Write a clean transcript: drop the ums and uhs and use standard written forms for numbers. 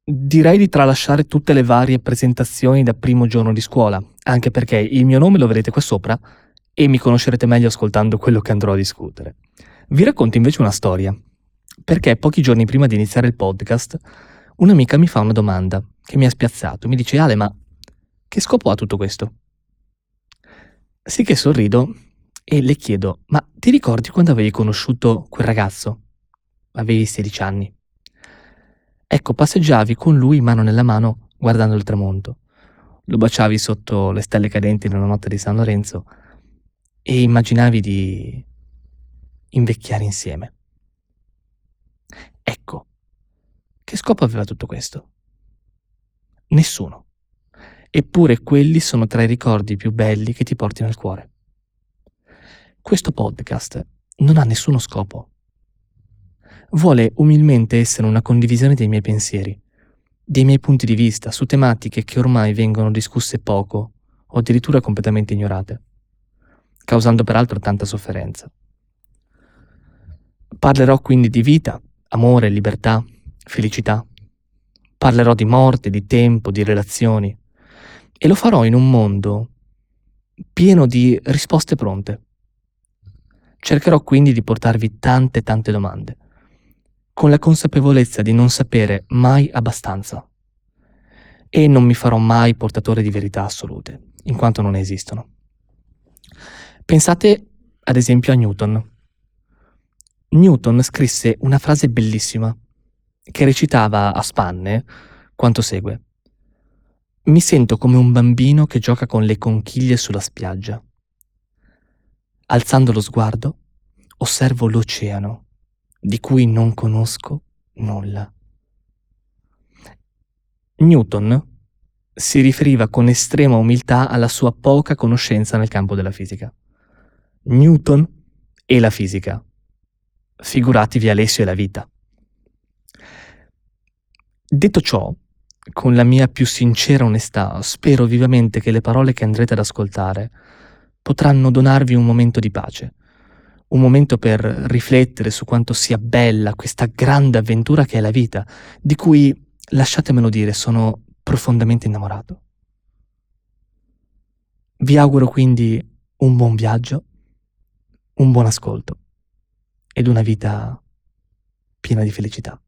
Direi di tralasciare tutte le varie presentazioni da primo giorno di scuola, anche perché il mio nome lo vedrete qua sopra e mi conoscerete meglio ascoltando quello che andrò a discutere. Vi racconto invece una storia, perché pochi giorni prima di iniziare il podcast, un'amica mi fa una domanda che mi ha spiazzato. Mi dice: Ale, ma che scopo ha tutto questo? Sì che sorrido e le chiedo: ma ti ricordi quando avevi conosciuto quel ragazzo? Avevi 16 anni. Ecco, passeggiavi con lui mano nella mano guardando il tramonto. Lo baciavi sotto le stelle cadenti nella notte di San Lorenzo e immaginavi di invecchiare insieme. Ecco, che scopo aveva tutto questo? Nessuno. Eppure quelli sono tra i ricordi più belli che ti porti nel cuore. Questo podcast non ha nessuno scopo. Vuole umilmente essere una condivisione dei miei pensieri, dei miei punti di vista su tematiche che ormai vengono discusse poco o addirittura completamente ignorate, causando peraltro tanta sofferenza. Parlerò quindi di vita, amore, libertà, felicità. Parlerò di morte, di tempo, di relazioni e lo farò in un mondo pieno di risposte pronte. Cercherò quindi di portarvi tante domande, con la consapevolezza di non sapere mai abbastanza. E non mi farò mai portatore di verità assolute, in quanto non esistono. Pensate ad esempio a Newton. Newton scrisse una frase bellissima che recitava a spanne quanto segue: mi sento come un bambino che gioca con le conchiglie sulla spiaggia. Alzando lo sguardo, osservo l'oceano, di cui non conosco nulla. Newton si riferiva con estrema umiltà alla sua poca conoscenza nel campo della fisica. Newton e la fisica. Figuratevi Alessio e la vita. Detto ciò, con la mia più sincera onestà, spero vivamente che le parole che andrete ad ascoltare potranno donarvi un momento di pace, un momento per riflettere su quanto sia bella questa grande avventura che è la vita, di cui, lasciatemelo dire, sono profondamente innamorato. Vi auguro quindi un buon viaggio, un buon ascolto ed una vita piena di felicità.